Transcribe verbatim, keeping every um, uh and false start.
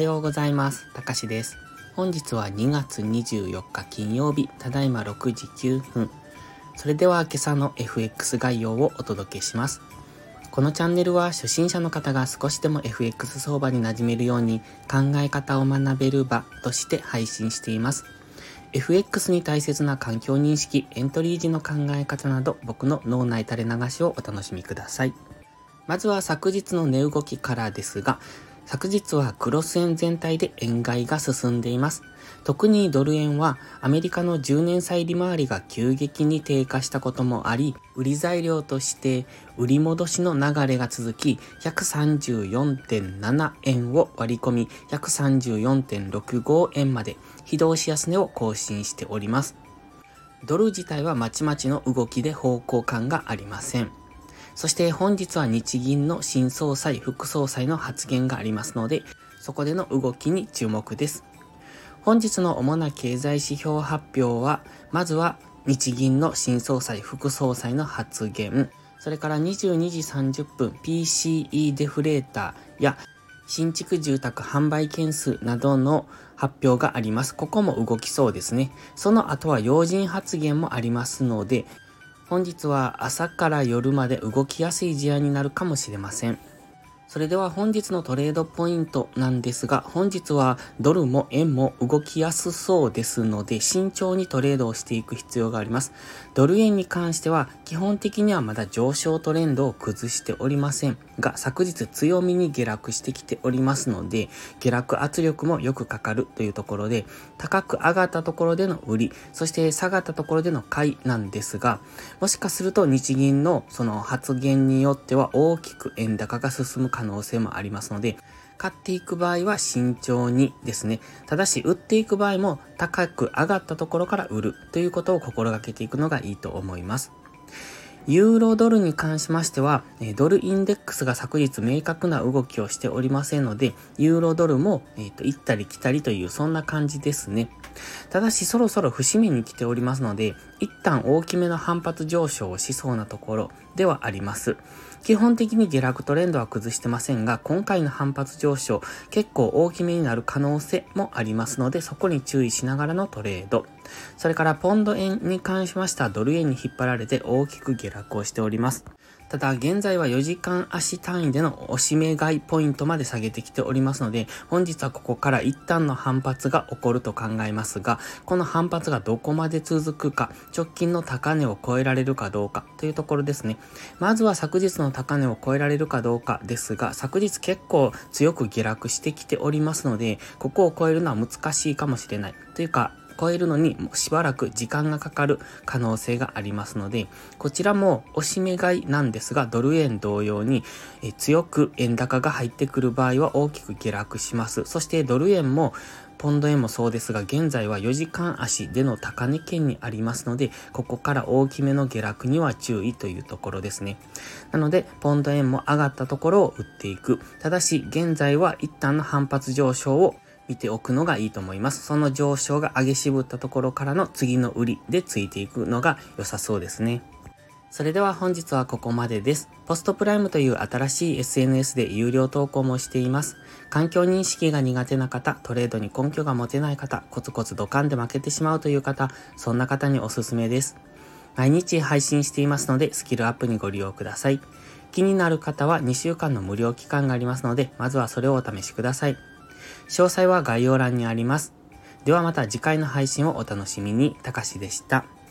ようございます。たかしです。本日はにがつにじゅうよっか金曜日、ただいまろくじきゅうふん。それでは今朝の エフエックス 概要をお届けします。このチャンネルは初心者の方が少しでも エフエックス 相場に馴染めるように考え方を学べる場として配信しています。エフエックス に大切な環境認識、エントリー時の考え方など僕の脳内垂れ流しをお楽しみください。まずは昨日の値動きからですが、昨日はクロス円全体で円買いが進んでいます。特にドル円はアメリカのじゅうねん債利回りが急激に低下したこともあり、売り材料として売り戻しの流れが続き、ひゃくさんじゅうよんてんななえんを割り込み、ひゃくさんじゅうよんてんろくごえんまで非同し安値を更新しております。ドル自体はまちまちの動きで方向感がありません。そして本日は日銀の新総裁、副総裁の発言がありますので、そこでの動きに注目です。本日の主な経済指標発表は、まずは日銀の新総裁、副総裁の発言、それからにじゅうにじさんじゅっぷん ピーシーイー デフレーターや新築住宅販売件数などの発表があります。ここも動きそうですね。その後は要人発言もありますので、本日は朝から夜まで動きやすい事案になるかもしれません。それでは本日のトレードポイントなんですが、本日はドルも円も動きやすそうですので、慎重にトレードをしていく必要があります。ドル円に関しては基本的にはまだ上昇トレンドを崩しておりませんが、昨日強みに下落してきておりますので、下落圧力もよくかかるというところで、高く上がったところでの売り、そして下がったところでの買いなんですが、もしかすると日銀のその発言によっては大きく円高が進む可能性もありますので、買っていく場合は慎重にですね。ただし売っていく場合も高く上がったところから売るということを心がけていくのがいいと思います。ユーロドルに関しましては、ドルインデックスが昨日明確な動きをしておりませんので、ユーロドルも、えーと、行ったり来たりというそんな感じですね。ただしそろそろ節目に来ておりますので、一旦大きめの反発上昇をしそうなところではあります。基本的に下落トレンドは崩してませんが、今回の反発上昇結構大きめになる可能性もありますので、そこに注意しながらのトレード。それからポンド円に関しましてはドル円に引っ張られて大きく下落をしております。ただ現在はよじかん足単位での押し目買いポイントまで下げてきておりますので、本日はここから一旦の反発が起こると考えますが、この反発がどこまで続くか、直近の高値を超えられるかどうかというところですね。まずは昨日の高値を超えられるかどうかですが、昨日結構強く下落してきておりますので、ここを超えるのは難しいかもしれないというか、超えるのにしばらく時間がかかる可能性がありますので、こちらも押し目買いなんですが、ドル円同様にえ強く円高が入ってくる場合は大きく下落します。そしてドル円もポンド円もそうですが、現在はよじかん足での高値圏にありますので、ここから大きめの下落には注意というところですね。なので、ポンド円も上がったところを売っていく。ただし、現在は一旦の反発上昇を見ておくのがいいと思います。その上昇が上げ渋ったところからの次の売りでついていくのが良さそうですね。それでは本日はここまでです。ポストプライムという新しい エスエヌエス で有料投稿もしています。環境認識が苦手な方、トレードに根拠が持てない方、コツコツドカンで負けてしまうという方、そんな方におすすめです。毎日配信していますのでスキルアップにご利用ください。気になる方はにしゅうかんの無料期間がありますので、まずはそれをお試しください。詳細は概要欄にあります。ではまた次回の配信をお楽しみに。たかしでした。